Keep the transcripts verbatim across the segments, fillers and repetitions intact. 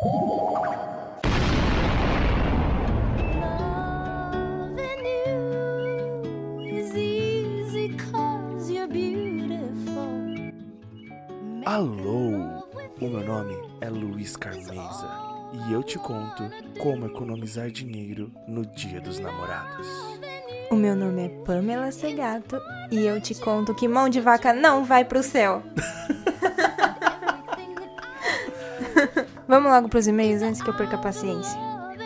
Alô, o meu nome é Luiz Carmeza e eu te conto como economizar dinheiro no Dia dos Namorados. O meu nome é Pamela Segato e eu te conto que mão de vaca não vai pro céu. Vamos logo pros e-mails antes que eu perca a paciência.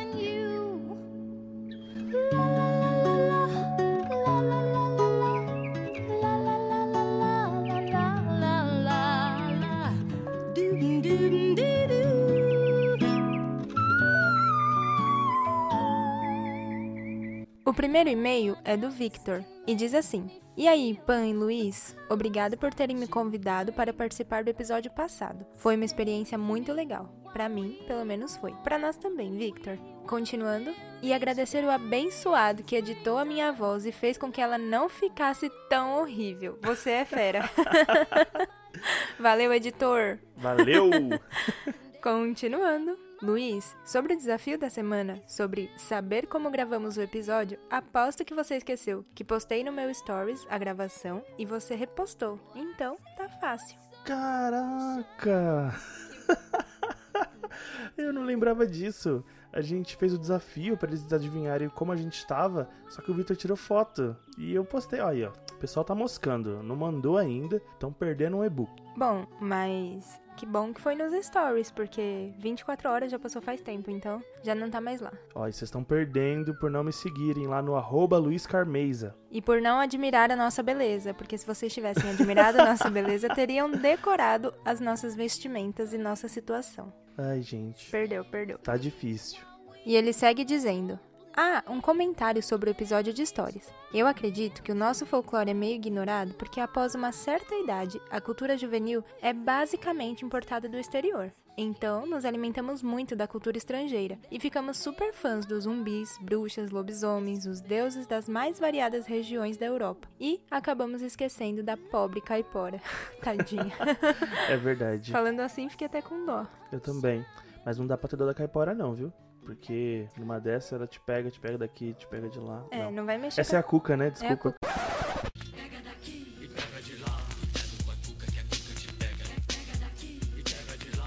O primeiro e-mail é do Victor e diz assim: E aí, Pam e Luiz? Obrigado por terem me convidado para participar do episódio passado. Foi uma experiência muito legal. Pra mim, pelo menos foi. Pra nós também, Victor. Continuando, e agradecer o abençoado que editou a minha voz e fez com que ela não ficasse tão horrível. Você é fera. Valeu, editor. Valeu! Continuando. Luiz, sobre o desafio da semana, sobre saber como gravamos o episódio, aposto que você esqueceu que postei no meu stories a gravação e você repostou. Então, tá fácil. Caraca! Eu não lembrava disso. A gente fez o desafio pra eles adivinharem como a gente estava, só que o Victor tirou foto. E eu postei, olha aí, ó. O pessoal tá moscando, não mandou ainda, estão perdendo um e-book. Bom, mas que bom que foi nos stories, porque vinte e quatro horas já passou faz tempo, então já não tá mais lá. Ó, e vocês estão perdendo por não me seguirem lá no arroba Luiz Carmeza. E por não admirar a nossa beleza, porque se vocês tivessem admirado a nossa beleza, teriam decorado as nossas vestimentas e nossa situação. Ai, gente. Perdeu, perdeu. Tá difícil. E ele segue dizendo: Ah, um comentário sobre o episódio de histórias. Eu acredito que o nosso folclore é meio ignorado porque após uma certa idade, a cultura juvenil é basicamente importada do exterior. Então, nos alimentamos muito da cultura estrangeira e ficamos super fãs dos zumbis, bruxas, lobisomens, os deuses das mais variadas regiões da Europa. E acabamos esquecendo da pobre caipora. Tadinha. É verdade. Falando assim, fiquei até com dó. Eu também. Mas não dá pra ter dó da caipora não, viu? Porque numa dessa ela te pega, te pega daqui, te pega de lá. É, não, não vai mexer. Essa com... é a Cuca, né? Desculpa. É a Cuca. Pega daqui e pega de lá. Pega uma cuca que a cuca te pega. Pega daqui e pega de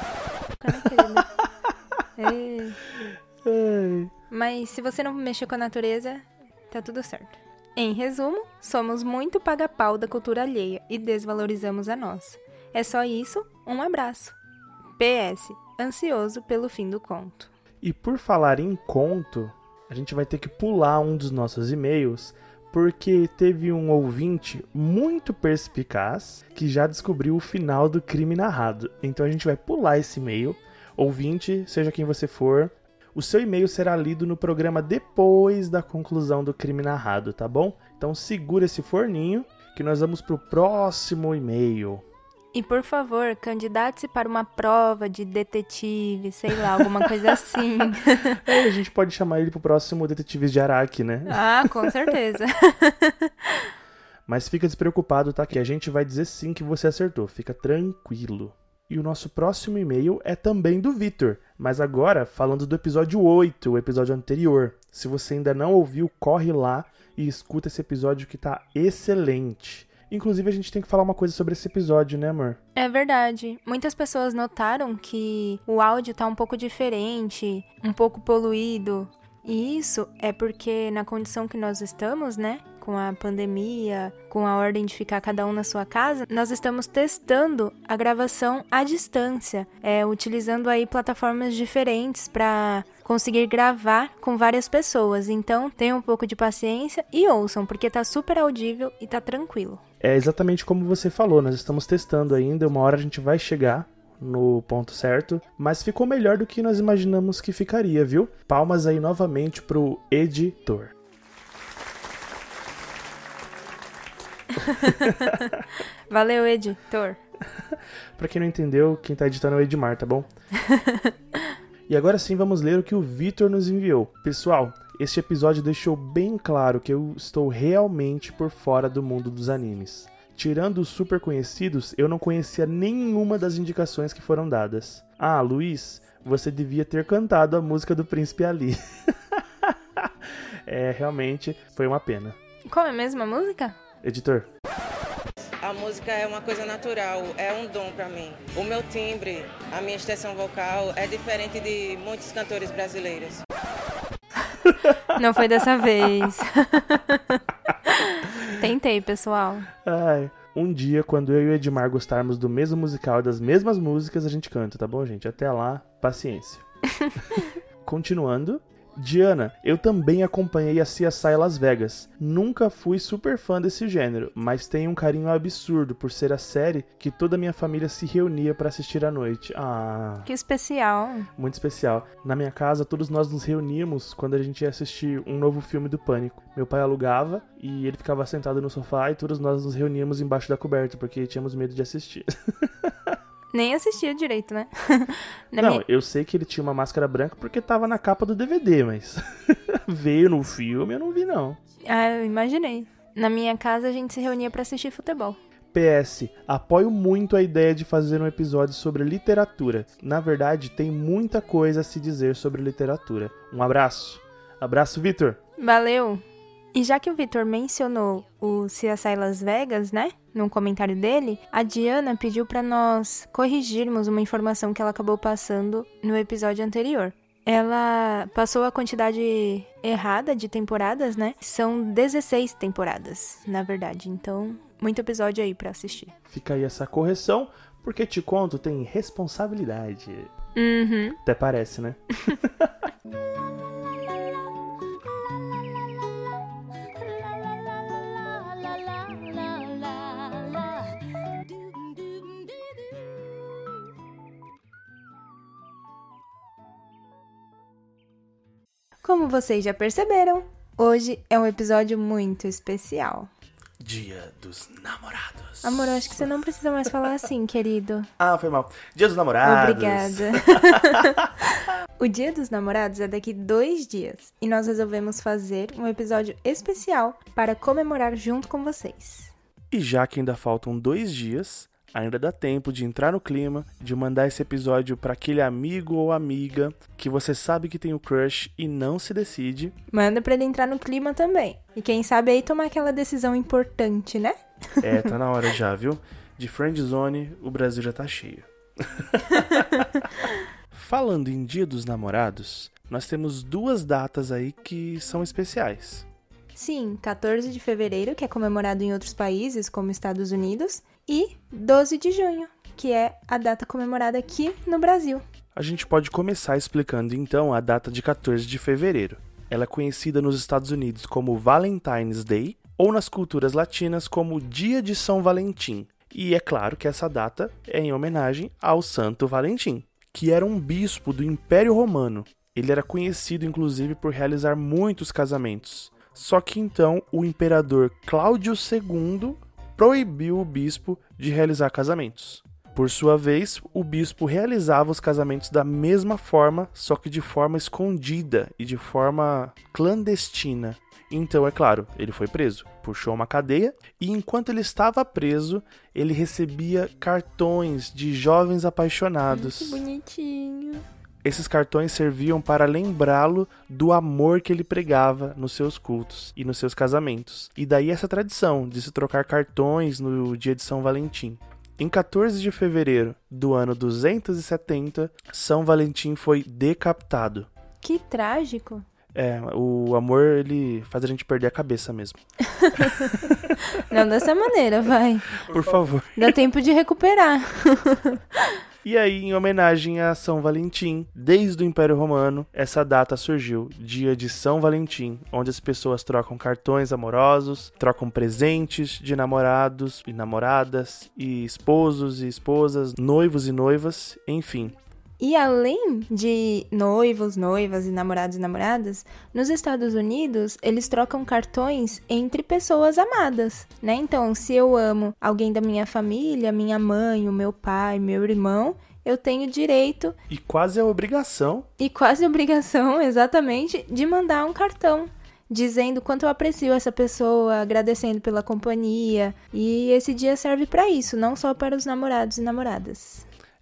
lá. Ei. Ai. Mas se você não mexer com a natureza, tá tudo certo. Em resumo, somos muito paga-pau da cultura alheia e desvalorizamos a nossa. É só isso, um abraço. P S. Ansioso pelo fim do conto. E por falar em conto, a gente vai ter que pular um dos nossos e-mails, porque teve um ouvinte muito perspicaz que já descobriu o final do crime narrado. Então a gente vai pular esse e-mail. Ouvinte, seja quem você for, o seu e-mail será lido no programa depois da conclusão do crime narrado, tá bom? Então segura esse forninho que nós vamos pro próximo e-mail. E, por favor, candidate-se para uma prova de detetive, sei lá, alguma coisa assim. É, a gente pode chamar ele pro próximo Detetives de Araque, né? Ah, com certeza. Mas fica despreocupado, tá? Que a gente vai dizer sim que você acertou. Fica tranquilo. E o nosso próximo e-mail é também do Victor. Mas agora, falando do episódio oito, o episódio anterior. Se você ainda não ouviu, corre lá e escuta esse episódio que tá excelente. Inclusive, a gente tem que falar uma coisa sobre esse episódio, né, amor? É verdade. Muitas pessoas notaram que o áudio tá um pouco diferente, um pouco poluído. E isso é porque na condição que nós estamos, né, com a pandemia, com a ordem de ficar cada um na sua casa, nós estamos testando a gravação à distância, é, utilizando aí plataformas diferentes para conseguir gravar com várias pessoas. Então, tenham um pouco de paciência e ouçam, porque tá super audível e tá tranquilo. É exatamente como você falou, nós estamos testando ainda, uma hora a gente vai chegar no ponto certo, mas ficou melhor do que nós imaginamos que ficaria, viu? Palmas aí novamente pro editor. Valeu, editor. Pra quem não entendeu, quem tá editando é o Edmar, tá bom? E agora sim vamos ler o que o Victor nos enviou. Pessoal, este episódio deixou bem claro que eu estou realmente por fora do mundo dos animes. Tirando os super conhecidos, eu não conhecia nenhuma das indicações que foram dadas. Ah, Luiz, você devia ter cantado a música do Príncipe Ali. É, realmente foi uma pena. Qual é mesmo a música? Editor. A música é uma coisa natural, é um dom para mim. O meu timbre, a minha extensão vocal é diferente de muitos cantores brasileiros. Não foi dessa vez. Tentei, pessoal. Ai, um dia, quando eu e o Edmar gostarmos do mesmo musical e das mesmas músicas, a gente canta, tá bom, gente? Até lá, paciência. Continuando. Diana, eu também acompanhei a C S I Las Vegas. Nunca fui super fã desse gênero, mas tenho um carinho absurdo por ser a série que toda a minha família se reunia pra assistir à noite. Ah, Que especial. muito especial. Na minha casa, todos nós nos reuníamos quando a gente ia assistir um novo filme do Pânico. Meu pai alugava e ele ficava sentado no sofá e todos nós nos reuníamos embaixo da coberta, porque tínhamos medo de assistir. Nem assistia direito, né? Na Não, minha- eu sei que ele tinha uma máscara branca porque tava na capa do D V D, mas veio no filme, eu não vi não. Ah, eu imaginei. Na minha casa a gente se reunia pra assistir futebol. P S. Apoio muito a ideia de fazer um episódio sobre literatura. Na verdade, tem muita coisa a se dizer sobre literatura. Um abraço. Abraço, Vitor. Valeu! E já que o Vitor mencionou o C S I Las Vegas, né? Num comentário dele, a Diana pediu pra nós corrigirmos uma informação que ela acabou passando no episódio anterior. Ela passou a quantidade errada de temporadas, né? São dezesseis temporadas, na verdade. Então, muito episódio aí pra assistir. Fica aí essa correção, porque te conto, tem responsabilidade. Uhum. Até parece, né? Como vocês já perceberam, hoje é um episódio muito especial. Dia dos Namorados. Amor, eu acho que você não precisa mais falar assim, querido. Ah, foi mal. Dia dos Namorados. Obrigada. O Dia dos Namorados é daqui dois dias e nós resolvemos fazer um episódio especial para comemorar junto com vocês. E já que ainda faltam dois dias, ainda dá tempo de entrar no clima, de mandar esse episódio para aquele amigo ou amiga que você sabe que tem o crush e não se decide. Manda pra ele entrar no clima também. E quem sabe aí tomar aquela decisão importante, né? É, tá na hora já, viu? De friendzone, o Brasil já tá cheio. Falando em Dia dos Namorados, nós temos duas datas aí que são especiais. Sim, quatorze de fevereiro, que é comemorado em outros países, como Estados Unidos, e doze de junho, que é a data comemorada aqui no Brasil. A gente pode começar explicando então a data de quatorze de fevereiro. Ela é conhecida nos Estados Unidos como Valentine's Day ou nas culturas latinas como Dia de São Valentim. E é claro que essa data é em homenagem ao Santo Valentim, que era um bispo do Império Romano. Ele era conhecido inclusive por realizar muitos casamentos. Só que então o imperador Cláudio segundo proibiu o bispo de realizar casamentos. Por sua vez, o bispo realizava os casamentos da mesma forma, só que de forma escondida e de forma clandestina. Então, é claro, ele foi preso, puxou uma cadeia e enquanto ele estava preso, ele recebia cartões de jovens apaixonados. Que bonitinho. Esses cartões serviam para lembrá-lo do amor que ele pregava nos seus cultos e nos seus casamentos. E daí essa tradição de se trocar cartões no dia de São Valentim. Em quatorze de fevereiro do ano duzentos e setenta, São Valentim foi decapitado. Que trágico. É, o amor, ele faz a gente perder a cabeça mesmo. Não dessa maneira, vai. Por favor. Dá tempo de recuperar. E aí, em homenagem a São Valentim, desde o Império Romano, essa data surgiu, dia de São Valentim, onde as pessoas trocam cartões amorosos, trocam presentes de namorados e namoradas, e esposos e esposas, noivos e noivas, enfim. E além de noivos, noivas e namorados e namoradas, nos Estados Unidos, eles trocam cartões entre pessoas amadas, né? Então, se eu amo alguém da minha família, minha mãe, o meu pai, meu irmão, eu tenho direito E quase a obrigação, e quase obrigação, exatamente, de mandar um cartão dizendo quanto eu aprecio essa pessoa, agradecendo pela companhia. E esse dia serve para isso, não só para os namorados e namoradas.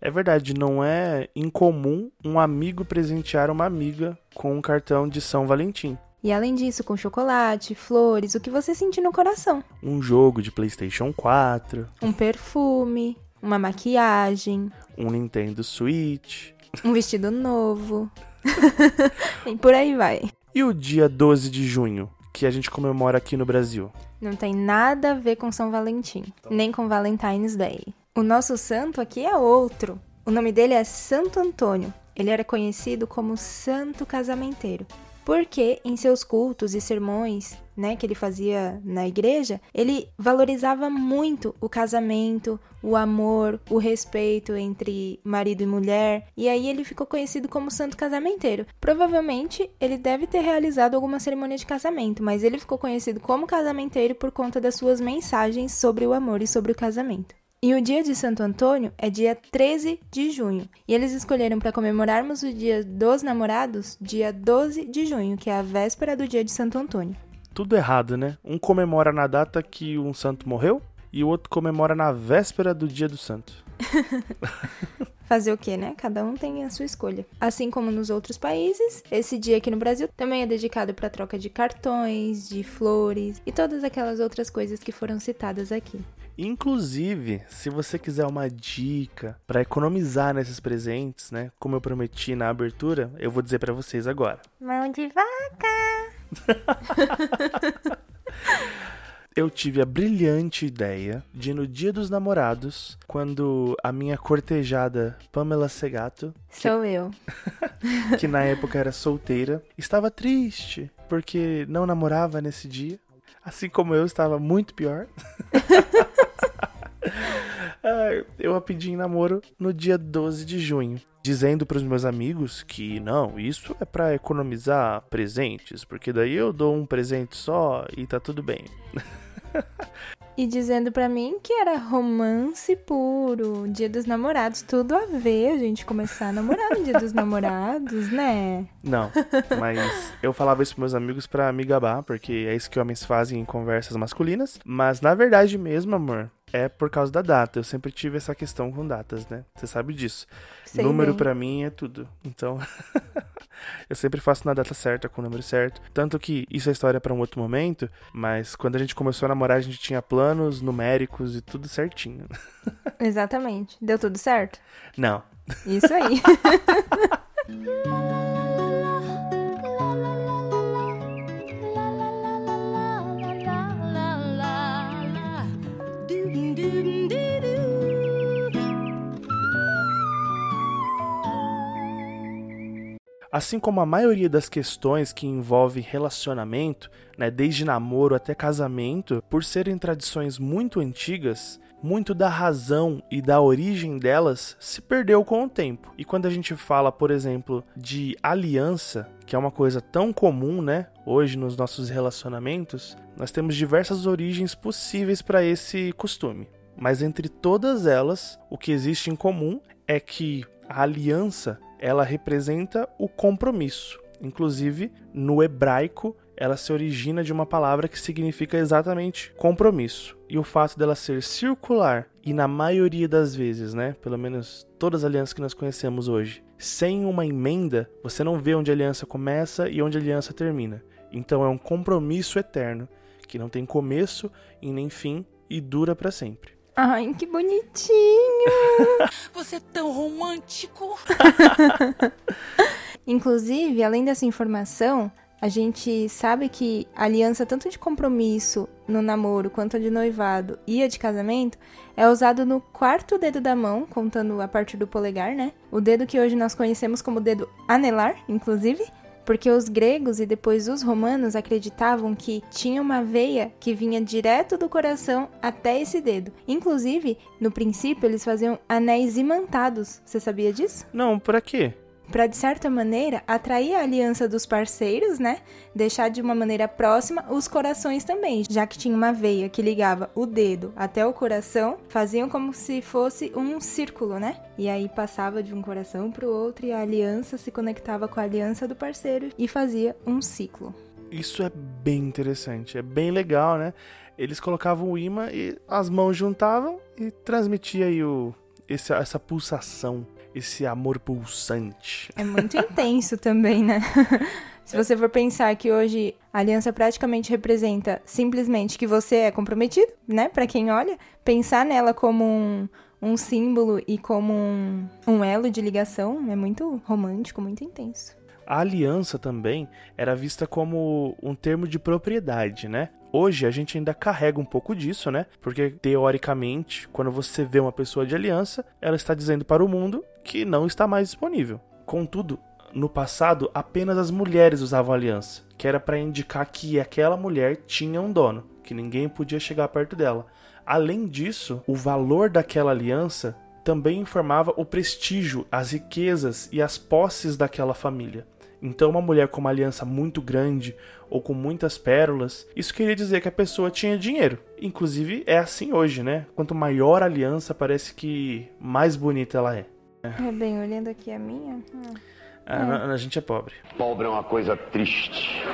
É verdade, não é incomum um amigo presentear uma amiga com um cartão de São Valentim. E além disso, com chocolate, flores, o que você sentir no coração. Um jogo de PlayStation quatro, Um perfume, uma maquiagem, um Nintendo Switch. um vestido novo. E por aí vai. E o dia doze de junho, que a gente comemora aqui no Brasil? Não tem nada a ver com São Valentim, nem com Valentine's Day. O nosso santo aqui é outro. O nome dele é Santo Antônio. Ele era conhecido como Santo Casamenteiro, porque em seus cultos e sermões, né, que ele fazia na igreja, ele valorizava muito o casamento, o amor, o respeito entre marido e mulher, e aí ele ficou conhecido como Santo Casamenteiro. Provavelmente ele deve ter realizado alguma cerimônia de casamento, mas ele ficou conhecido como casamenteiro por conta das suas mensagens sobre o amor e sobre o casamento. E o dia de Santo Antônio é dia treze de junho. E eles escolheram para comemorarmos o dia dos namorados, dia doze de junho, que é a véspera do dia de Santo Antônio. Tudo errado, né? Um comemora na data que um santo morreu e o outro comemora na véspera do dia do santo. Fazer o quê, né? Cada um tem a sua escolha. Assim como nos outros países, esse dia aqui no Brasil também é dedicado para troca de cartões, de flores e todas aquelas outras coisas que foram citadas aqui. Inclusive, se você quiser uma dica para economizar nesses presentes, né? Como eu prometi na abertura, eu vou dizer para vocês agora. Mão de vaca! Eu tive a brilhante ideia de, no Dia dos Namorados, quando a minha cortejada Pamela Segato, Sou eu. que na época era solteira, estava triste porque não namorava nesse dia, assim como eu estava muito pior. Eu a pedi em namoro no dia doze de junho, dizendo para os meus amigos que não, isso é para economizar presentes, porque daí eu dou um presente só e tá tudo bem. E dizendo pra mim que era romance puro, dia dos namorados, tudo a ver a gente começar a namorar no dia dos namorados, né? Não, mas eu falava isso pros meus amigos pra me gabar, porque é isso que homens fazem em conversas masculinas. Mas na verdade mesmo, amor, é por causa da data. Eu sempre tive essa questão com datas, né? Você sabe disso. Sei Número bem. pra mim é tudo. Então, eu sempre faço na data certa, com o número certo. Tanto que isso é história pra um outro momento, mas quando a gente começou a namorar, a gente tinha planos numéricos e tudo certinho. Exatamente. Deu tudo certo? Não. Isso aí. Assim como a maioria das questões que envolvem relacionamento, né, desde namoro até casamento, por serem tradições muito antigas, muito da razão e da origem delas se perdeu com o tempo. E quando a gente fala, por exemplo, de aliança, que é uma coisa tão comum, né, hoje nos nossos relacionamentos, nós temos diversas origens possíveis para esse costume. Mas entre todas elas, o que existe em comum é que a aliança, ela representa o compromisso. Inclusive, no hebraico, ela se origina de uma palavra que significa exatamente compromisso. E o fato dela ser circular, e na maioria das vezes, né, pelo menos todas as alianças que nós conhecemos hoje, sem uma emenda, você não vê onde a aliança começa e onde a aliança termina. Então é um compromisso eterno, que não tem começo e nem fim e dura para sempre. Ai, que bonitinho! Você é tão romântico. Inclusive, além dessa informação, a gente sabe que a aliança tanto de compromisso no namoro quanto a de noivado e a de casamento é usado no quarto dedo da mão, contando a partir do polegar, né? O dedo que hoje nós conhecemos como dedo anelar, inclusive, porque os gregos e depois os romanos acreditavam que tinha uma veia que vinha direto do coração até esse dedo. Inclusive, no princípio, eles faziam anéis imantados. Você sabia disso? Não, pra quê? Para, de certa maneira, atrair a aliança dos parceiros, né? Deixar de uma maneira próxima os corações também. Já que tinha uma veia que ligava o dedo até o coração, faziam como se fosse um círculo, né? E aí passava de um coração para o outro e a aliança se conectava com a aliança do parceiro e fazia um ciclo. Isso é bem interessante, é bem legal, né? Eles colocavam o ímã e as mãos juntavam e transmitia aí o... esse, essa pulsação, esse amor pulsante. É muito intenso também, né? Se você for pensar que hoje a aliança praticamente representa simplesmente que você é comprometido, né? Pra quem olha, pensar nela como um, um símbolo e como um, um elo de ligação é muito romântico, muito intenso. A aliança também era vista como um termo de propriedade, né? Hoje a gente ainda carrega um pouco disso, né? Porque, teoricamente, quando você vê uma pessoa de aliança, ela está dizendo para o mundo que não está mais disponível. Contudo, no passado, apenas as mulheres usavam aliança, que era para indicar que aquela mulher tinha um dono, que ninguém podia chegar perto dela. Além disso, o valor daquela aliança também informava o prestígio, as riquezas e as posses daquela família. Então, uma mulher com uma aliança muito grande ou com muitas pérolas, isso queria dizer que a pessoa tinha dinheiro. Inclusive, é assim hoje, né? Quanto maior a aliança, parece que mais bonita ela é. É, bem, olhando aqui a minha... Hum. A, a, a gente é pobre. Pobre é uma coisa triste.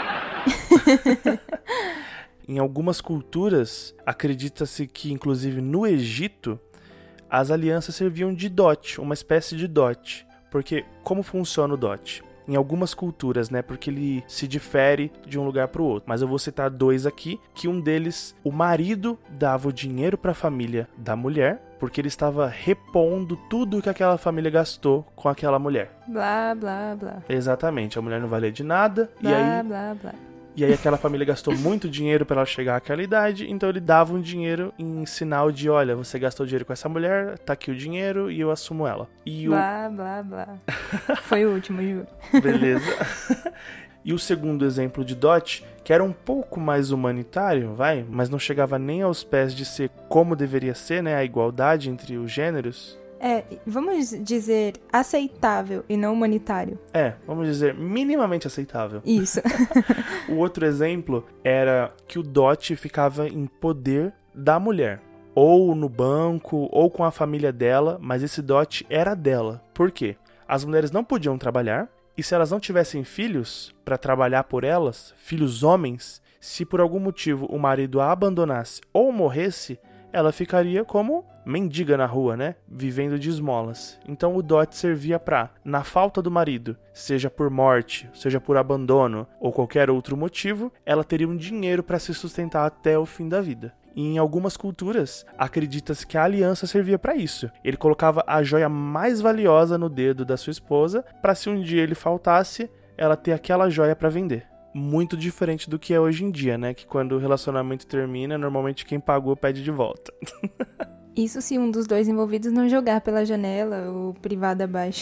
Em algumas culturas, acredita-se que, inclusive no Egito, as alianças serviam de dote, uma espécie de dote. Porque como funciona o dote? Em algumas culturas, né? Porque ele se difere de um lugar para o outro. Mas eu vou citar dois aqui, que um deles, o marido dava o dinheiro para a família da mulher, porque ele estava repondo tudo que aquela família gastou com aquela mulher. Blá, blá, blá. Exatamente, a mulher não valia de nada, Blá, e aí... blá, blá. E aí aquela família gastou muito dinheiro para ela chegar àquela idade, então ele dava um dinheiro em sinal de, olha, você gastou dinheiro com essa mulher, tá aqui o dinheiro e eu assumo ela. E blá, blá, blá. Foi o último, juro. o... Beleza. E o segundo exemplo de dote, que era um pouco mais humanitário, vai, mas não chegava nem aos pés de ser como deveria ser, né, a igualdade entre os gêneros. É, vamos dizer aceitável e não humanitário. É, vamos dizer minimamente aceitável. Isso. O outro exemplo era que o dote ficava em poder da mulher. Ou no banco, ou com a família dela, mas esse dote era dela. Por quê? As mulheres não podiam trabalhar, e se elas não tivessem filhos para trabalhar por elas, filhos homens, se por algum motivo o marido a abandonasse ou morresse, ela ficaria como mendiga na rua, né? Vivendo de esmolas. Então o dote servia para, na falta do marido, seja por morte, seja por abandono ou qualquer outro motivo, ela teria um dinheiro para se sustentar até o fim da vida. E em algumas culturas, acredita-se que a aliança servia para isso. Ele colocava a joia mais valiosa no dedo da sua esposa, para se um dia ele faltasse, ela ter aquela joia para vender. Muito diferente do que é hoje em dia, né? Que quando o relacionamento termina, normalmente quem pagou pede de volta. Isso se um dos dois envolvidos não jogar pela janela ou privada abaixo.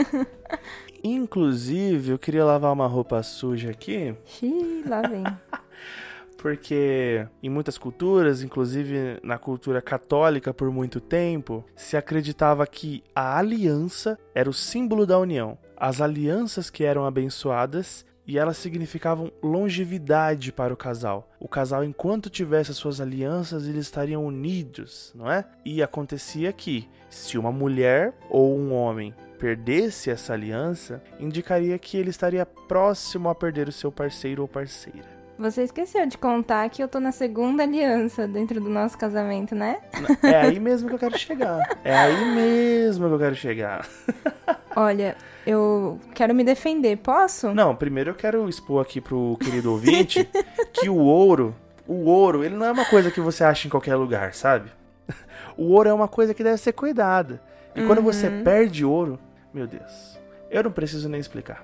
Inclusive, eu queria lavar uma roupa suja aqui. Xiii, lá vem. Porque em muitas culturas, inclusive na cultura católica por muito tempo, se acreditava que a aliança era o símbolo da união. As alianças que eram abençoadas, e elas significavam longevidade para o casal. O casal, enquanto tivesse as suas alianças, eles estariam unidos, não é? E acontecia que, se uma mulher ou um homem perdesse essa aliança, indicaria que ele estaria próximo a perder o seu parceiro ou parceira. Você esqueceu de contar que eu tô na segunda aliança dentro do nosso casamento, né? É aí mesmo que eu quero chegar. É aí mesmo que eu quero chegar. Olha, eu quero me defender, posso? Não, primeiro eu quero expor aqui pro querido ouvinte que o ouro, o ouro, ele não é uma coisa que você acha em qualquer lugar, sabe? O ouro é uma coisa que deve ser cuidada. E quando Uhum. você perde ouro, meu Deus, eu não preciso nem explicar.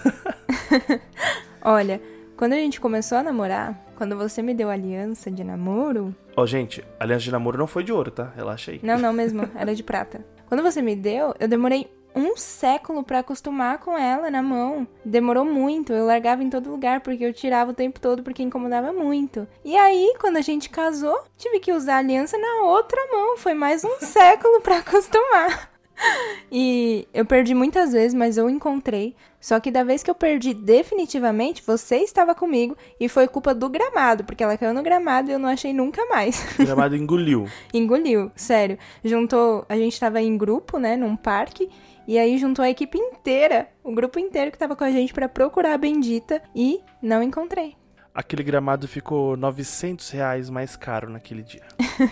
Olha, quando a gente começou a namorar, quando você me deu a aliança de namoro... Ó, gente, a aliança de namoro não foi de ouro, tá? Relaxa aí. Não, não mesmo, era de prata. Quando você me deu, eu demorei um século pra acostumar com ela na mão. Demorou muito, eu largava em todo lugar porque eu tirava o tempo todo porque incomodava muito. E aí, quando a gente casou, tive que usar a aliança na outra mão. Foi mais um século pra acostumar. E eu perdi muitas vezes, mas eu encontrei. Só que da vez que eu perdi definitivamente, você estava comigo e foi culpa do gramado, porque ela caiu no gramado e eu não achei nunca mais. O gramado engoliu. Engoliu, sério. Juntou, a gente tava em grupo, né, num parque, e aí juntou a equipe inteira, o grupo inteiro que tava com a gente pra procurar a bendita e não encontrei. Aquele gramado ficou novecentos reais mais caro naquele dia.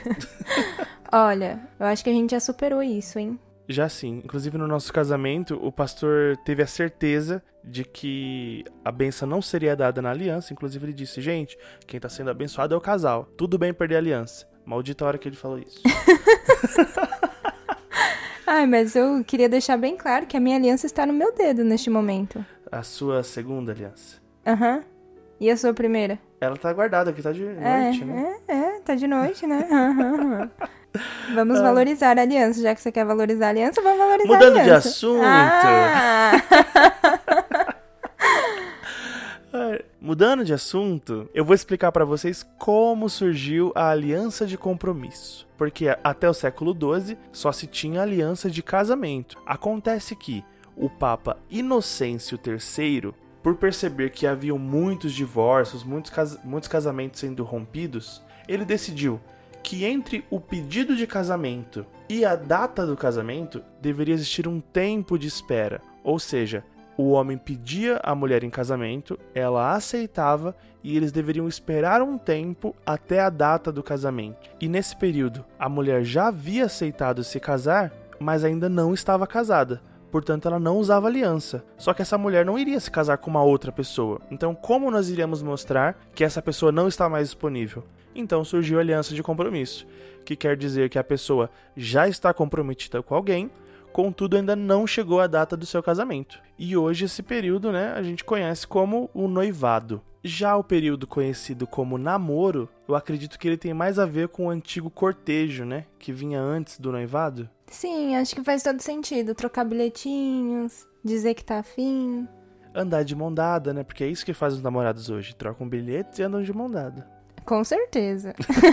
Olha, eu acho que a gente já superou isso, hein? Já sim. Inclusive, no nosso casamento, o pastor teve a certeza de que a bênção não seria dada na aliança. Inclusive, ele disse, gente, quem tá sendo abençoado é o casal. Tudo bem perder a aliança. Maldita hora que ele falou isso. Ai, mas eu queria deixar bem claro que a minha aliança está no meu dedo neste momento. A sua segunda aliança. Aham. E a sua primeira? Ela tá guardada aqui, tá de noite, é, né? É, é, tá de noite, né? Aham. Vamos valorizar a aliança. Já que você quer valorizar a aliança, vamos valorizar Mudando a de aliança. assunto. Ah! Mudando de assunto, eu vou explicar pra vocês como surgiu a aliança de compromisso. Porque até o século doze só se tinha aliança de casamento. Acontece que o Papa Inocêncio terceiro, por perceber que haviam muitos divórcios, muitos, cas- muitos casamentos sendo rompidos, ele decidiu que entre o pedido de casamento e a data do casamento deveria existir um tempo de espera. Ou seja, o homem pedia a mulher em casamento, ela aceitava e eles deveriam esperar um tempo até a data do casamento. E nesse período, a mulher já havia aceitado se casar, mas ainda não estava casada. Portanto, ela não usava aliança. Só que essa mulher não iria se casar com uma outra pessoa. Então, como nós iríamos mostrar que essa pessoa não está mais disponível? Então surgiu a aliança de compromisso, que quer dizer que a pessoa já está comprometida com alguém, contudo ainda não chegou a data do seu casamento. E hoje esse período, né, a gente conhece como o noivado. Já o período conhecido como namoro, eu acredito que ele tem mais a ver com o antigo cortejo, né, que vinha antes do noivado. Sim, acho que faz todo sentido. Trocar bilhetinhos, dizer que tá afim. Andar de mão dada, né, porque é isso que faz os namorados hoje. Trocam bilhetes e andam de mão dada. Com certeza.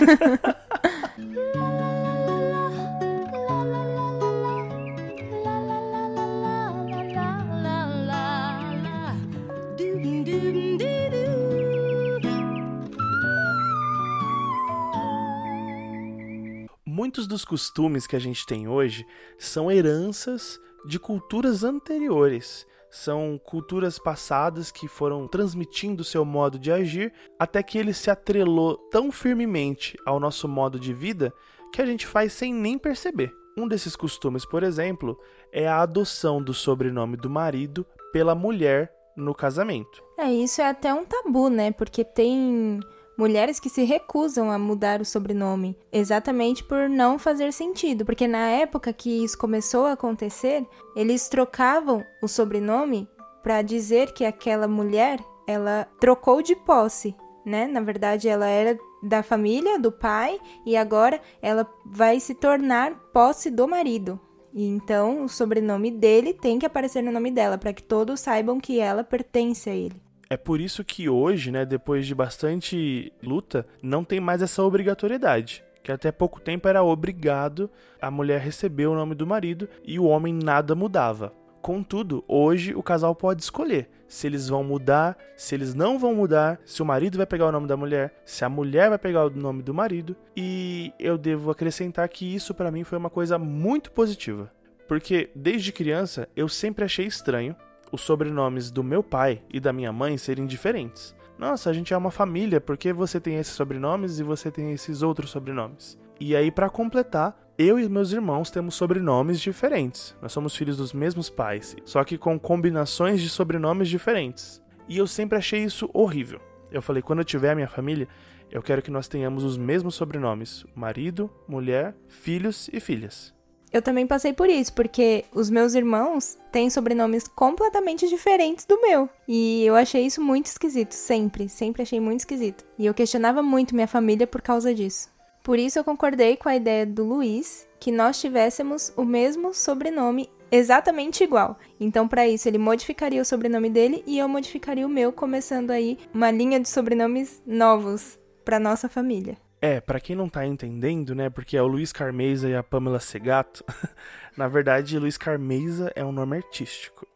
Muitos dos costumes que a gente tem hoje são heranças de culturas anteriores. São culturas passadas que foram transmitindo seu modo de agir até que ele se atrelou tão firmemente ao nosso modo de vida que a gente faz sem nem perceber. Um desses costumes, por exemplo, é a adoção do sobrenome do marido pela mulher no casamento. É, isso é até um tabu, né? Porque tem mulheres que se recusam a mudar o sobrenome, exatamente por não fazer sentido. Porque na época que isso começou a acontecer, eles trocavam o sobrenome para dizer que aquela mulher, ela trocou de posse, né? Na verdade, ela era da família, do pai, e agora ela vai se tornar posse do marido. E então, o sobrenome dele tem que aparecer no nome dela, para que todos saibam que ela pertence a ele. É por isso que hoje, né, depois de bastante luta, não tem mais essa obrigatoriedade. Que até pouco tempo era obrigado a mulher receber o nome do marido e o homem nada mudava. Contudo, hoje o casal pode escolher se eles vão mudar, se eles não vão mudar, se o marido vai pegar o nome da mulher, se a mulher vai pegar o nome do marido. E eu devo acrescentar que isso pra mim foi uma coisa muito positiva. Porque desde criança eu sempre achei estranho os sobrenomes do meu pai e da minha mãe serem diferentes. Nossa, a gente é uma família, por que você tem esses sobrenomes e você tem esses outros sobrenomes? E aí, pra completar, eu e meus irmãos temos sobrenomes diferentes. Nós somos filhos dos mesmos pais, só que com combinações de sobrenomes diferentes. E eu sempre achei isso horrível. Eu falei, quando eu tiver a minha família, eu quero que nós tenhamos os mesmos sobrenomes. Marido, mulher, filhos e filhas. Eu também passei por isso, porque os meus irmãos têm sobrenomes completamente diferentes do meu. E eu achei isso muito esquisito, sempre, sempre achei muito esquisito. E eu questionava muito minha família por causa disso. Por isso eu concordei com a ideia do Luiz, que nós tivéssemos o mesmo sobrenome exatamente igual. Então, para isso, ele modificaria o sobrenome dele e eu modificaria o meu, começando aí uma linha de sobrenomes novos para nossa família. É, pra quem não tá entendendo, né, porque é o Luiz Carmeza e a Pamela Segato, na verdade, Luiz Carmeza é um nome artístico.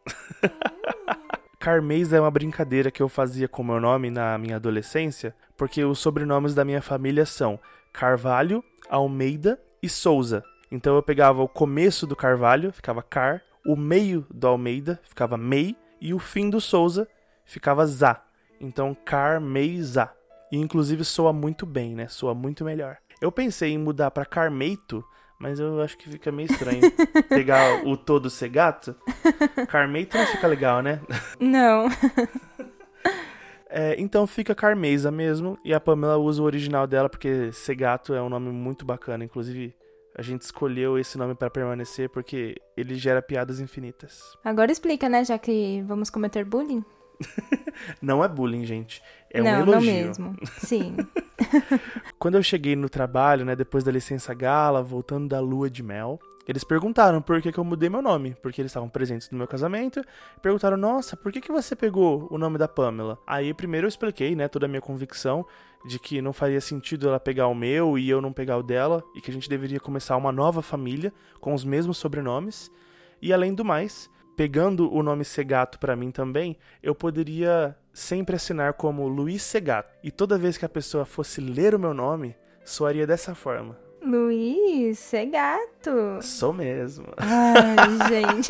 Carmeza é uma brincadeira que eu fazia com meu nome na minha adolescência, porque os sobrenomes da minha família são Carvalho, Almeida e Souza. Então eu pegava o começo do Carvalho, ficava Car, o meio do Almeida ficava Mei e o fim do Souza ficava Zá. Então, Carmeza. E inclusive soa muito bem, né? Soa muito melhor. Eu pensei em mudar pra Carmeito, mas eu acho que fica meio estranho. Pegar o todo Segato. Carmeito não fica legal, né? Não. É, então fica Carmeza mesmo. E a Pamela usa o original dela, porque Segato é um nome muito bacana. Inclusive, a gente escolheu esse nome pra permanecer porque ele gera piadas infinitas. Agora explica, né? Já que vamos cometer bullying. Não é bullying, gente. É não, um elogio. não mesmo. Sim. Quando eu cheguei no trabalho, né, depois da licença gala, voltando da lua de mel, eles perguntaram por que, que eu mudei meu nome, porque eles estavam presentes no meu casamento, e perguntaram, nossa, por que, que você pegou o nome da Pamela? Aí primeiro eu expliquei, né, toda a minha convicção de que não faria sentido ela pegar o meu e eu não pegar o dela, e que a gente deveria começar uma nova família com os mesmos sobrenomes, e além do mais, pegando o nome Segato pra mim também, eu poderia sempre assinar como Luiz Segato. E toda vez que a pessoa fosse ler o meu nome, soaria dessa forma. Luiz Segato. Sou mesmo. Ai, gente.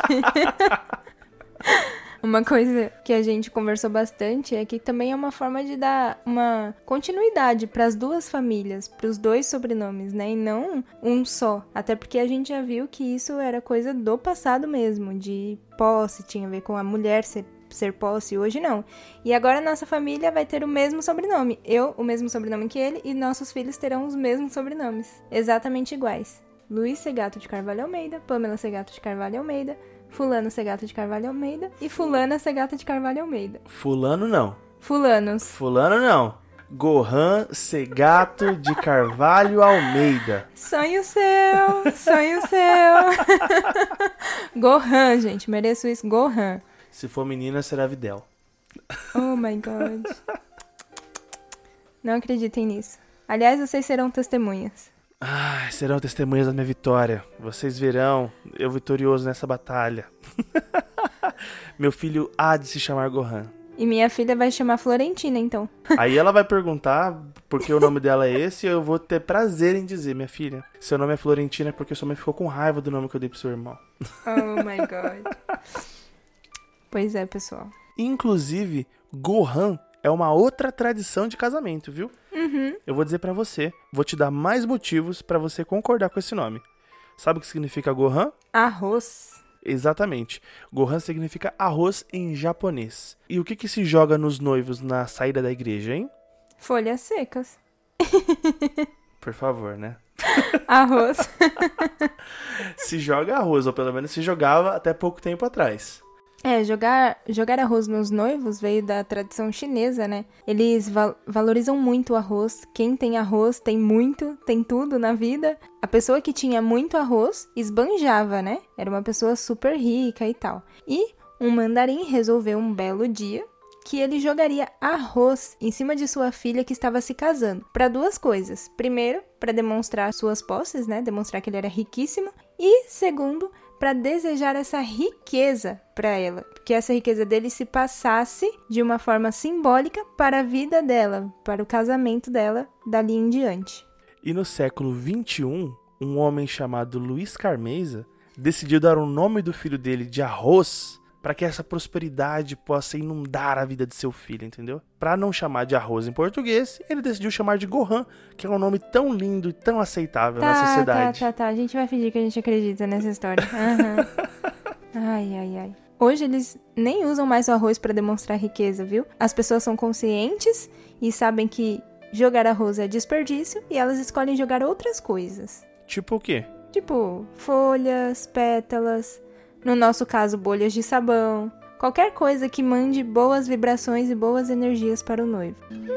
Uma coisa que a gente conversou bastante é que também é uma forma de dar uma continuidade para as duas famílias, para os dois sobrenomes, né? E não um só. Até porque a gente já viu que isso era coisa do passado mesmo, de posse, tinha a ver com a mulher ser, ser posse, hoje não. E agora nossa família vai ter o mesmo sobrenome. Eu, o mesmo sobrenome que ele, e nossos filhos terão os mesmos sobrenomes. Exatamente iguais. Luiz Segato de Carvalho Almeida, Pamela Segato de Carvalho Almeida, Fulano Segato de Carvalho Almeida e Fulana Segato de Carvalho Almeida. Fulano não. Fulanos. Fulano não. Gohan Segato de Carvalho Almeida. Sonho seu, sonho seu. Gohan, gente, mereço isso, Gohan. Se for menina, será Videl. Oh my God. Não acreditem nisso. Aliás, vocês serão testemunhas. Ai, serão testemunhas da minha vitória. Vocês verão eu vitorioso nessa batalha. Meu filho há de se chamar Gohan. E minha filha vai chamar Florentina, então. Aí ela vai perguntar por que o nome dela é esse e eu vou ter prazer em dizer, minha filha, seu nome é Florentina é porque sua mãe ficou com raiva do nome que eu dei pro seu irmão. Oh my God. Pois é, pessoal. Inclusive, Gohan é uma outra tradição de casamento, viu? Uhum. Eu vou dizer pra você, vou te dar mais motivos pra você concordar com esse nome. Sabe o que significa Gohan? Arroz. Exatamente. Gohan significa arroz em japonês. E o que que se joga nos noivos na saída da igreja, hein? Folhas secas. Por favor, né? Arroz. Se joga arroz, ou pelo menos se jogava até pouco tempo atrás. É, jogar, jogar arroz nos noivos veio da tradição chinesa, né? Eles val- valorizam muito o arroz. Quem tem arroz tem muito, tem tudo na vida. A pessoa que tinha muito arroz esbanjava, né? Era uma pessoa super rica e tal. E um mandarim resolveu um belo dia que ele jogaria arroz em cima de sua filha que estava se casando. Para duas coisas. Primeiro, para demonstrar suas posses, né? Demonstrar que ele era riquíssimo. E segundo, para desejar essa riqueza para ela, que essa riqueza dele se passasse de uma forma simbólica para a vida dela, para o casamento dela dali em diante. E no século vinte e um, um homem chamado Luiz Carmeza decidiu dar o nome do filho dele de Arroz para que essa prosperidade possa inundar a vida de seu filho, entendeu? Para não chamar de arroz em português, ele decidiu chamar de Gohan, que é um nome tão lindo e tão aceitável tá, na sociedade. Tá, tá, tá. A gente vai fingir que a gente acredita nessa história. Uhum. Ai, ai, ai. Hoje eles nem usam mais o arroz para demonstrar riqueza, viu? As pessoas são conscientes e sabem que jogar arroz é desperdício e elas escolhem jogar outras coisas. Tipo o quê? Tipo folhas, pétalas, no nosso caso bolhas de sabão, qualquer coisa que mande boas vibrações e boas energias para o noivo.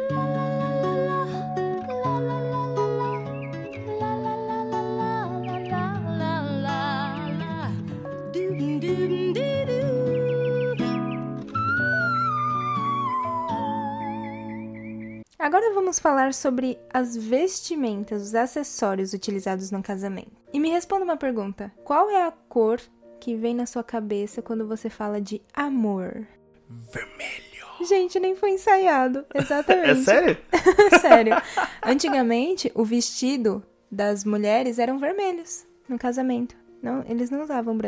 Agora vamos falar sobre as vestimentas, os acessórios utilizados no casamento. E me responda uma pergunta: qual é a cor que vem na sua cabeça quando você fala de amor? Vermelho. Gente, nem foi ensaiado. Exatamente. É sério? Sério. Antigamente, o vestido das mulheres eram vermelhos no casamento. Não, eles não usavam branco.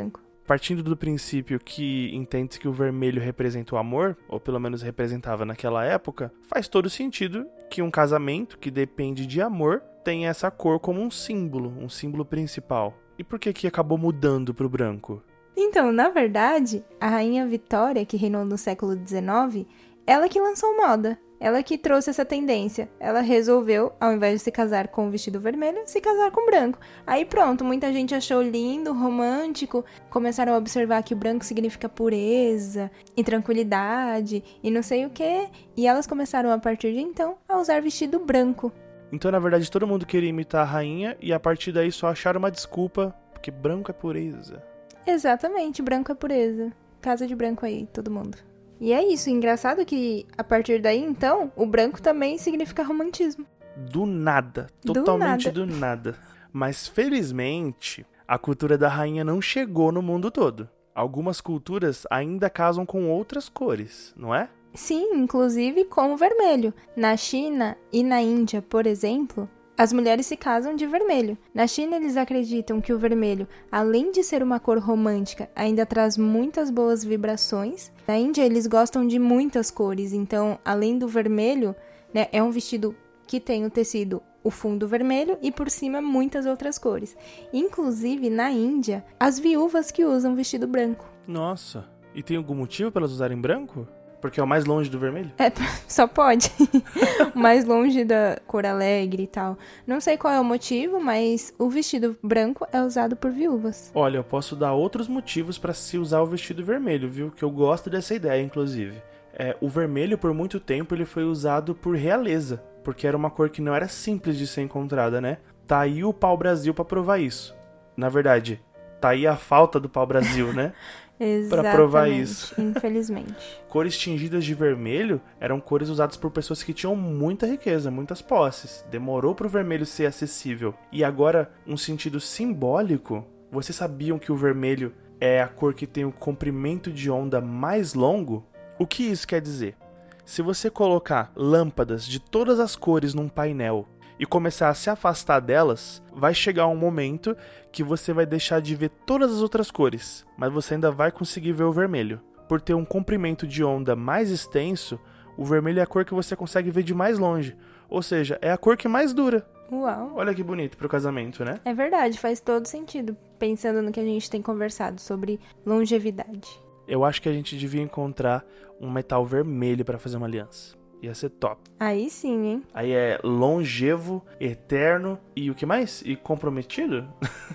partindo do princípio que entende que o vermelho representa o amor, ou pelo menos representava naquela época, faz todo sentido que um casamento que depende de amor tenha essa cor como um símbolo, um símbolo principal. E por que que acabou mudando pro branco? Então, na verdade, a Rainha Vitória, que reinou no século dezenove, ela que lançou moda. Ela que trouxe essa tendência. Ela resolveu, ao invés de se casar com o vestido vermelho, se casar com branco. Aí pronto, muita gente achou lindo, romântico. Começaram a observar que o branco significa pureza e tranquilidade e não sei o quê. E elas começaram, a partir de então, a usar vestido branco. Então, na verdade, todo mundo queria imitar a rainha e a partir daí só acharam uma desculpa, porque branco é pureza. Exatamente, branco é pureza. Casa de branco aí, todo mundo. E é isso, engraçado que a partir daí, então, o branco também significa romantismo. Do nada, Do totalmente nada. do nada. Mas felizmente, a cultura da rainha não chegou no mundo todo. Algumas culturas ainda casam com outras cores, não é? Sim, inclusive com o vermelho. Na China e na Índia, por exemplo, as mulheres se casam de vermelho. Na China, eles acreditam que o vermelho, além de ser uma cor romântica, ainda traz muitas boas vibrações. Na Índia, eles gostam de muitas cores, então, além do vermelho, né, é um vestido que tem o tecido, o fundo vermelho e por cima muitas outras cores. Inclusive, na Índia, as viúvas que usam vestido branco. Nossa, e tem algum motivo para elas usarem branco? Porque é o mais longe do vermelho? É, só pode. Mais longe da cor alegre e tal. Não sei qual é o motivo, mas o vestido branco é usado por viúvas. Olha, eu posso dar outros motivos para se usar o vestido vermelho, viu? Que eu gosto dessa ideia, inclusive. É, o vermelho, por muito tempo, ele foi usado por realeza, porque era uma cor que não era simples de ser encontrada, né? Tá aí o pau-brasil para provar isso. Na verdade, tá aí a falta do pau-brasil, né? Exatamente, provar isso. Infelizmente. Cores tingidas de vermelho eram cores usadas por pessoas que tinham muita riqueza, muitas posses. Demorou para o vermelho ser acessível. E agora, um sentido simbólico, vocês sabiam que o vermelho é a cor que tem o comprimento de onda mais longo? O que isso quer dizer? Se você colocar lâmpadas de todas as cores num painel e começar a se afastar delas, vai chegar um momento que você vai deixar de ver todas as outras cores, mas você ainda vai conseguir ver o vermelho. Por ter um comprimento de onda mais extenso, o vermelho é a cor que você consegue ver de mais longe. Ou seja, é a cor que mais dura. Uau. Olha que bonito pro casamento, né? É verdade, faz todo sentido, pensando no que a gente tem conversado sobre longevidade. Eu acho que a gente devia encontrar um metal vermelho pra fazer uma aliança. Ia ser top. Aí sim, hein? Aí é longevo, eterno e o que mais? E comprometido?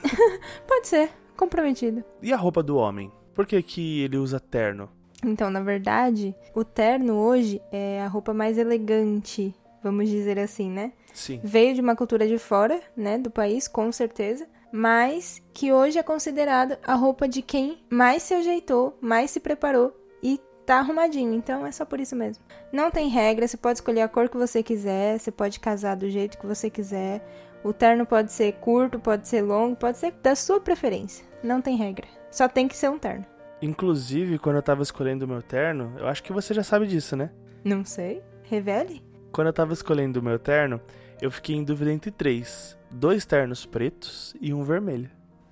Pode ser, comprometido. E a roupa do homem? Por que que ele usa terno? Então, na verdade, o terno hoje é a roupa mais elegante, vamos dizer assim, né? Sim. Veio de uma cultura de fora, né, do país, com certeza, mas que hoje é considerado a roupa de quem mais se ajeitou, mais se preparou e tá arrumadinho, então é só por isso mesmo. Não tem regra, você pode escolher a cor que você quiser, você pode casar do jeito que você quiser. O terno pode ser curto, pode ser longo, pode ser da sua preferência. Não tem regra, só tem que ser um terno. Inclusive, quando eu tava escolhendo o meu terno, eu acho que você já sabe disso, né? Não sei, revele. Quando eu tava escolhendo o meu terno, eu fiquei em dúvida entre três. Dois ternos pretos e um vermelho.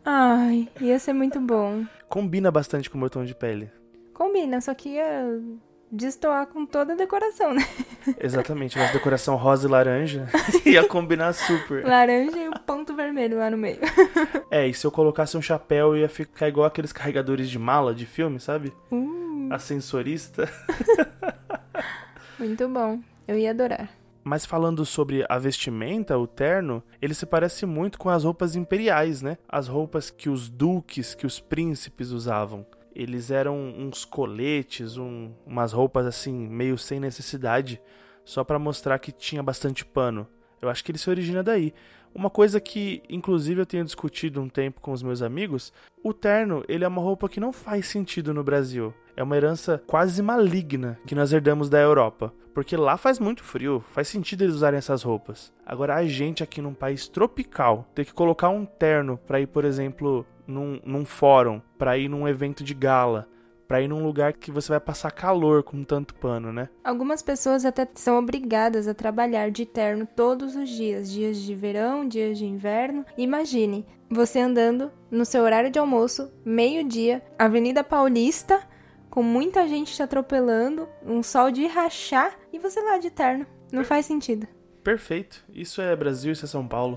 Ai, ia ser muito bom. Combina bastante com o meu tom de pele. Combina, só que ia destoar com toda a decoração, né? Exatamente, mas decoração rosa e laranja ia combinar super. Laranja e o ponto vermelho lá no meio. É, e se eu colocasse um chapéu, ia ficar igual aqueles carregadores de mala de filme, sabe? Uh, Ascensorista. muito bom, eu ia adorar. Mas falando sobre a vestimenta, o terno, ele se parece muito com as roupas imperiais, né? As roupas que os duques, que os príncipes usavam. Eles eram uns coletes, um, umas roupas assim, meio sem necessidade, só pra mostrar que tinha bastante pano. Eu acho que ele se origina daí. Uma coisa que, inclusive, eu tenho discutido um tempo com os meus amigos, o terno, ele é uma roupa que não faz sentido no Brasil. É uma herança quase maligna que nós herdamos da Europa. Porque lá faz muito frio, faz sentido eles usarem essas roupas. Agora, a gente aqui num país tropical, ter que colocar um terno pra ir, por exemplo, num, num fórum, pra ir num evento de gala, pra ir num lugar que você vai passar calor com tanto pano, né? Algumas pessoas até são obrigadas a trabalhar de terno todos os dias. Dias de verão, dias de inverno. Imagine, você andando no seu horário de almoço, meio-dia, Avenida Paulista, com muita gente te atropelando, um sol de rachar, e você lá de terno. Não faz sentido. Perfeito. Isso é Brasil, isso é São Paulo.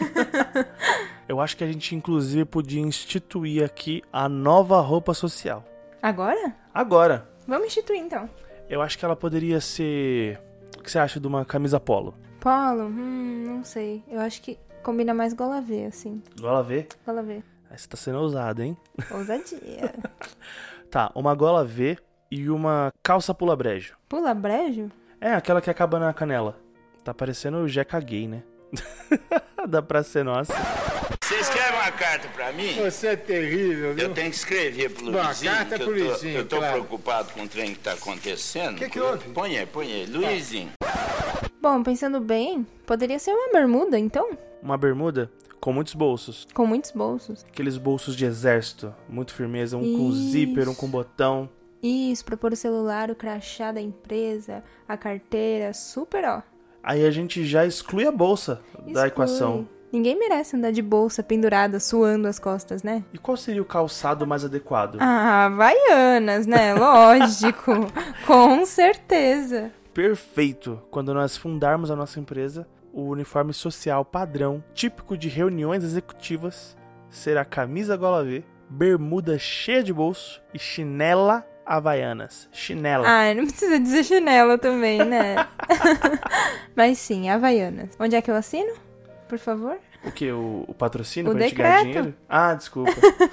Eu acho que a gente, inclusive, podia instituir aqui a nova roupa social. Agora? Agora. Vamos instituir, então. Eu acho que ela poderia ser... O que você acha de uma camisa polo? Polo? Hum, não sei. Eu acho que combina mais gola V, assim. Gola V? Gola V. Aí você tá sendo ousado, hein? Ousadia. Tá, uma gola V e uma calça pula brejo. Pula brejo? É, aquela que acaba na canela. Tá parecendo o Jeca Gay, né? Dá pra ser nossa. Você escreve uma carta pra mim? Você é terrível, viu? Eu tenho que escrever pro Bom, a Luizinho, carta é que pro eu tô, Luizinho, eu tô claro. preocupado com o trem que tá acontecendo. O que que houve? Põe aí, põe aí. Luizinho. Bom, pensando bem, poderia ser uma bermuda, então? Uma bermuda com muitos bolsos. Com muitos bolsos. Aqueles bolsos de exército. Muito firmeza. Um com Isso. zíper, um com botão. Isso, pra pôr o celular, o crachá da empresa, a carteira, super, ó. Aí a gente já exclui a bolsa da Exclui. equação. Ninguém merece andar de bolsa pendurada, suando as costas, né? E qual seria o calçado mais adequado? Ah, Havaianas, né? Lógico. Com certeza. Perfeito! Quando nós fundarmos a nossa empresa, o uniforme social padrão, típico de reuniões executivas, será camisa gola V, bermuda cheia de bolso e chinela Havaianas. Chinela. Ah, não precisa dizer chinelo também, né? Mas sim, Havaianas. Onde é que eu assino? Por favor? O que? O, o patrocínio O pra gente ganhar decreto. dinheiro? Ah, desculpa.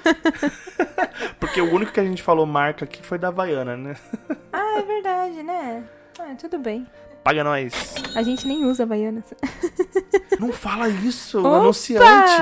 Porque o único que a gente falou marca aqui foi da Havaiana, né? Ah, é verdade, né? Ah, tudo bem. Paga nós. A gente nem usa Havaianas. Não fala isso, Opa! anunciante.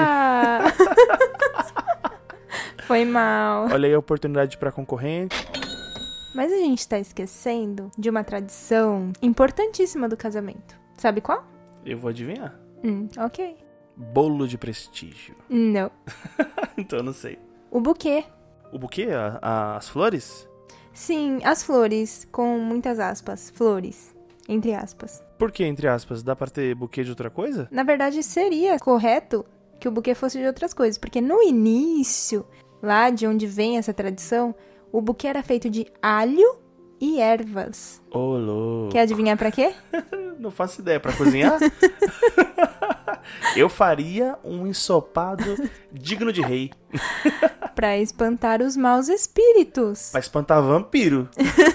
Foi mal. Olha aí a oportunidade pra concorrente. Mas a gente tá esquecendo de uma tradição importantíssima do casamento. Sabe qual? Eu vou adivinhar. Hum, ok. Bolo de prestígio. Não. Então eu não sei. O buquê. O buquê? A- a- as flores? Sim, as flores, com muitas aspas. Flores, entre aspas. Por que, entre aspas? Dá pra ter buquê de outra coisa? Na verdade, seria correto que o buquê fosse de outras coisas. Porque no início, lá de onde vem essa tradição, o buquê era feito de alho e ervas. Ô, louco. Quer adivinhar pra quê? Não faço ideia. Pra cozinhar? Eu faria um ensopado digno de rei. Pra espantar os maus espíritos. Pra espantar vampiro.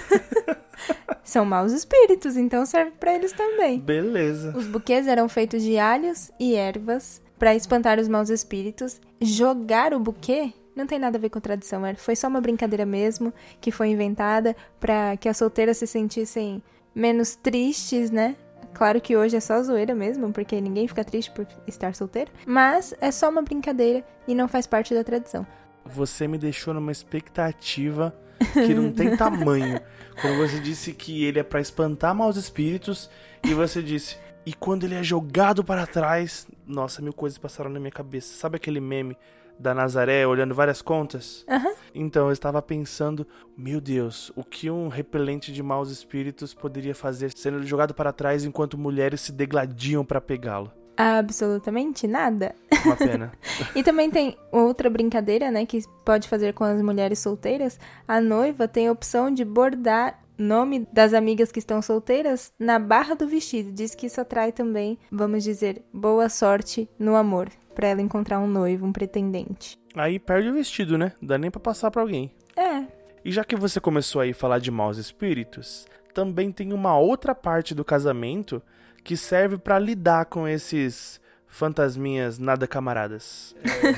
São maus espíritos, então serve pra eles também. Beleza. Os buquês eram feitos de alhos e ervas pra espantar os maus espíritos. Jogar o buquê não tem nada a ver com tradição, era- foi só uma brincadeira mesmo que foi inventada pra que as solteiras se sentissem menos tristes, né? Claro que hoje é só zoeira mesmo, porque ninguém fica triste por estar solteiro, mas é só uma brincadeira e não faz parte da tradição. Você me deixou numa expectativa que não tem tamanho. Quando você disse que ele é pra espantar maus espíritos, e você disse, e quando ele é jogado para trás, nossa, mil coisas passaram na minha cabeça. Sabe aquele meme da Nazaré olhando várias contas? Aham. Então eu estava pensando, meu Deus, o que um repelente de maus espíritos poderia fazer sendo jogado para trás enquanto mulheres se degladiam para pegá-lo? Absolutamente nada. Uma pena. E também tem outra brincadeira, né, que pode fazer com as mulheres solteiras. A noiva tem a opção de bordar o nome das amigas que estão solteiras na barra do vestido. Diz que isso atrai também, vamos dizer, boa sorte no amor, pra ela encontrar um noivo, um pretendente. Aí perde o vestido, né? Dá nem pra passar pra alguém. É, E já que você começou aí a falar de maus espíritos, também tem uma outra parte do casamento que serve pra lidar com esses fantasminhas nada camaradas.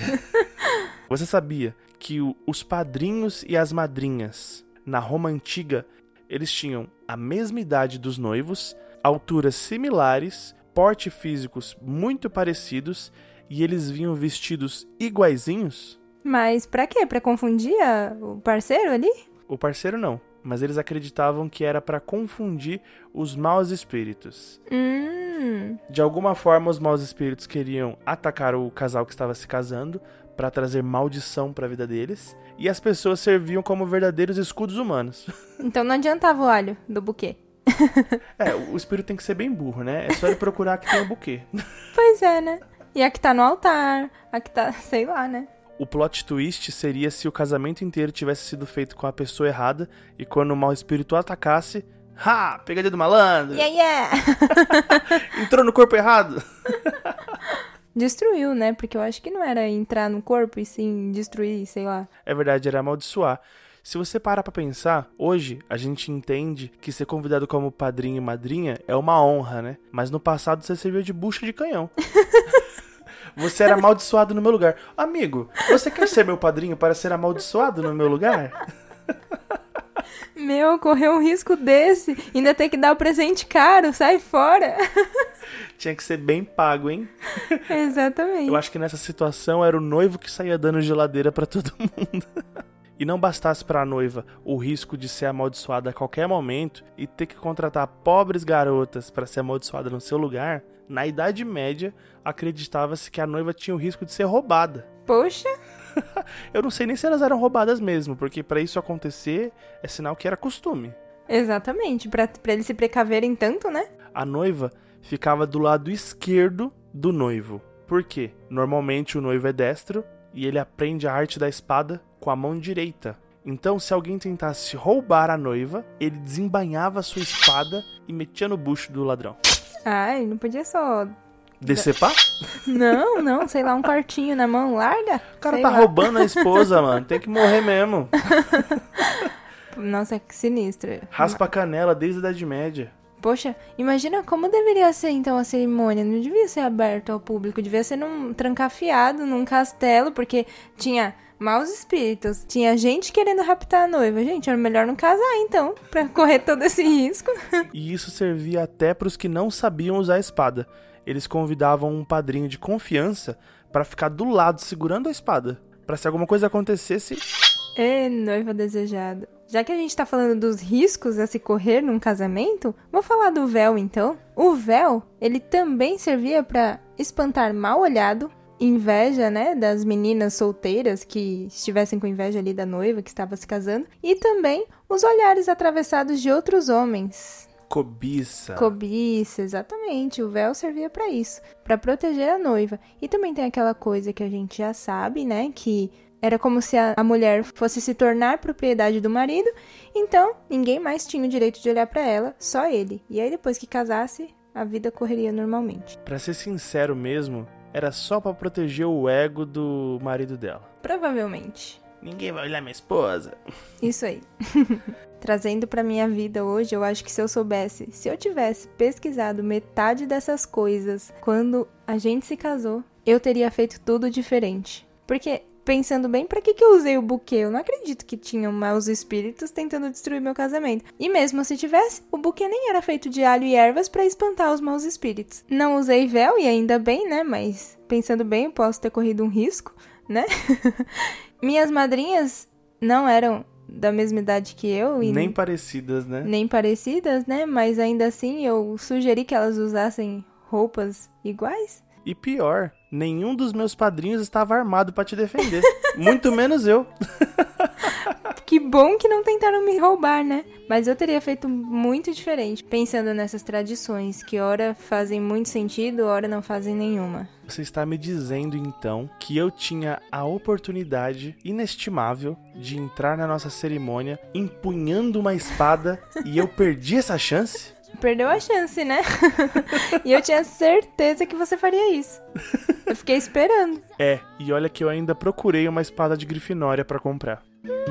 Você sabia que o- os padrinhos e as madrinhas, na Roma Antiga, eles tinham a mesma idade dos noivos, alturas similares, porte físicos muito parecidos e eles vinham vestidos iguaizinhos? mas pra quê? Pra confundir a- o parceiro ali? O parceiro não, mas eles acreditavam que era pra confundir os maus espíritos. Hum, De alguma forma, os maus espíritos queriam atacar o casal que estava se casando para trazer maldição para a vida deles, e as pessoas serviam como verdadeiros escudos humanos. Então não adiantava o alho do buquê. É, o espírito tem que ser bem burro, né? É só ele procurar que tem um buquê. Pois é, né? E a que tá no altar, a que tá, sei lá, né? O plot twist seria se o casamento inteiro tivesse sido feito com a pessoa errada e quando o mau espírito atacasse, ha! Pegadinha do malandro! Yeah, yeah! Entrou no corpo errado! Destruiu, né? Porque eu acho que não era entrar no corpo e sim destruir, sei lá. É verdade, era amaldiçoar. Se você parar pra pensar, hoje a gente entende que ser convidado como padrinho e madrinha é uma honra, né? Mas no passado você serviu de bucha de canhão. Você era amaldiçoado no meu lugar. Amigo, você quer ser meu padrinho para ser amaldiçoado no meu lugar? Meu, correu um risco desse. Ainda ter que dar o presente caro, sai fora. Tinha que ser bem pago, hein? Exatamente. Eu acho que nessa situação era o noivo que saía dando geladeira pra todo mundo. E não bastasse pra noiva o risco de ser amaldiçoada a qualquer momento e ter que contratar pobres garotas pra ser amaldiçoada no seu lugar, na Idade Média acreditava-se que a noiva tinha o risco de ser roubada. Poxa. Eu não sei nem se elas eram roubadas mesmo, porque pra isso acontecer é sinal que era costume. Exatamente, pra, pra eles se precaverem tanto, né? A noiva ficava do lado esquerdo do noivo. Por quê? Normalmente o noivo é destro e ele aprende a arte da espada com a mão direita. Então, se alguém tentasse roubar a noiva, ele desembainhava sua espada e metia no bucho do ladrão. Ai, não podia só... Decepar? Não, não, sei lá, um cortinho na mão, larga. O cara sei tá lá. roubando a esposa, mano. Tem que morrer mesmo. Nossa, que sinistro. Raspa a canela desde a Idade Média. Poxa, imagina como deveria ser então a cerimônia. Não devia ser aberto ao público, devia ser num trancafiado, num castelo, porque tinha maus espíritos, tinha gente querendo raptar a noiva. Gente, era melhor não casar então, pra correr todo esse risco. E isso servia até pros que não sabiam usar a espada. Eles convidavam um padrinho de confiança pra ficar do lado segurando a espada, pra se alguma coisa acontecesse... Ê, noiva desejada. Já que a gente tá falando dos riscos a se correr num casamento, vou falar do véu então. O véu, ele também servia pra espantar mal olhado, inveja, né, das meninas solteiras que estivessem com inveja ali da noiva que estava se casando, e também os olhares atravessados de outros homens. Cobiça. Cobiça, exatamente. O véu servia pra isso, pra proteger a noiva. E também tem aquela coisa que a gente já sabe, né, que era como se a, a mulher fosse se tornar propriedade do marido, então ninguém mais tinha o direito de olhar pra ela, só ele. E aí depois que casasse, a vida correria normalmente. Pra ser sincero mesmo, era só pra proteger o ego do marido dela. Provavelmente. Ninguém vai olhar minha esposa. Isso aí. Trazendo pra minha vida hoje, eu acho que se eu soubesse, se eu tivesse pesquisado metade dessas coisas quando a gente se casou, eu teria feito tudo diferente. Porque... pensando bem, pra que que eu usei o buquê? Eu não acredito que tinham maus espíritos tentando destruir meu casamento. E mesmo se tivesse, o buquê nem era feito de alho e ervas pra espantar os maus espíritos. Não usei véu, e ainda bem, né? Mas pensando bem, eu posso ter corrido um risco, né? Minhas madrinhas não eram da mesma idade que eu. E nem parecidas, né? Nem parecidas, né? Mas ainda assim, eu sugeri que elas usassem roupas iguais. E pior, nenhum dos meus padrinhos estava armado pra te defender. Muito menos eu. Que bom que não tentaram me roubar, né? Mas eu teria feito muito diferente, pensando nessas tradições, que ora fazem muito sentido, ora não fazem nenhuma. Você está me dizendo, então, que eu tinha a oportunidade inestimável de entrar na nossa cerimônia empunhando uma espada e eu perdi essa chance? Perdeu a chance, né? E eu tinha certeza que você faria isso. Eu fiquei esperando. É, e olha que eu ainda procurei uma espada de Grifinória pra comprar.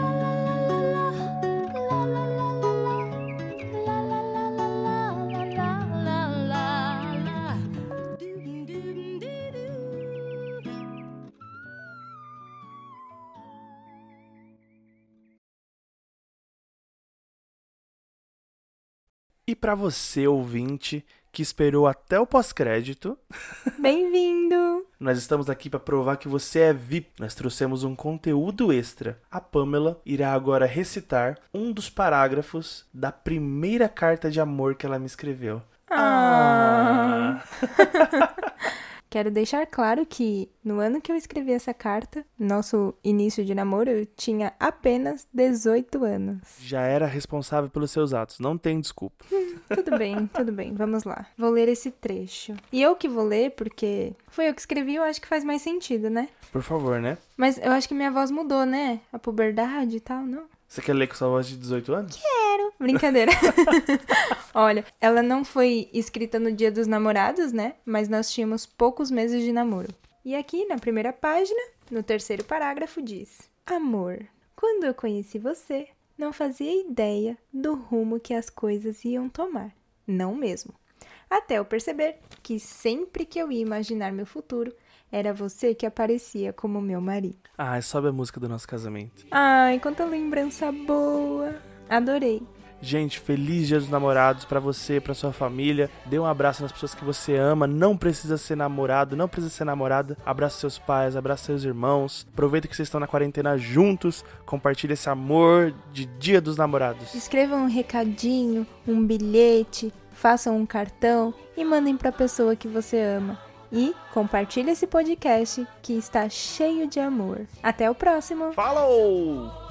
E pra você, ouvinte, que esperou até o pós-crédito... Bem-vindo! Nós estamos aqui para provar que você é V I P. Nós trouxemos um conteúdo extra. A Pamela irá agora recitar um dos parágrafos da primeira carta de amor que ela me escreveu. Ah. Quero deixar claro que, no ano que eu escrevi essa carta, nosso início de namoro, eu tinha apenas dezoito anos. Já era responsável pelos seus atos, não tem desculpa. Tudo bem, tudo bem, vamos lá. Vou ler esse trecho. E eu que vou ler, porque foi eu que escrevi, eu acho que faz mais sentido, né? Por favor, né? Mas eu acho que minha voz mudou, né? A puberdade e tal, não? Você quer ler com sua voz de dezoito anos? Quero. Brincadeira. Olha, ela não foi escrita no Dia dos Namorados, né? Mas nós tínhamos poucos meses de namoro. E aqui, na primeira página, no terceiro parágrafo, diz: Amor, quando eu conheci você, não fazia ideia do rumo que as coisas iam tomar. Não mesmo. Até eu perceber que sempre que eu ia imaginar meu futuro, era você que aparecia como meu marido. Ah, sobe a música do nosso casamento. Ai, quanta lembrança boa. Adorei. Gente, feliz Dia dos Namorados pra você, pra sua família. Dê um abraço nas pessoas que você ama. Não precisa ser namorado, não precisa ser namorada. Abraça seus pais, abraça seus irmãos. Aproveita que vocês estão na quarentena juntos. Compartilha esse amor de Dia dos Namorados. Escrevam um recadinho, um bilhete, façam um cartão e mandem pra pessoa que você ama. E compartilhe esse podcast que está cheio de amor. Até o próximo! Falou!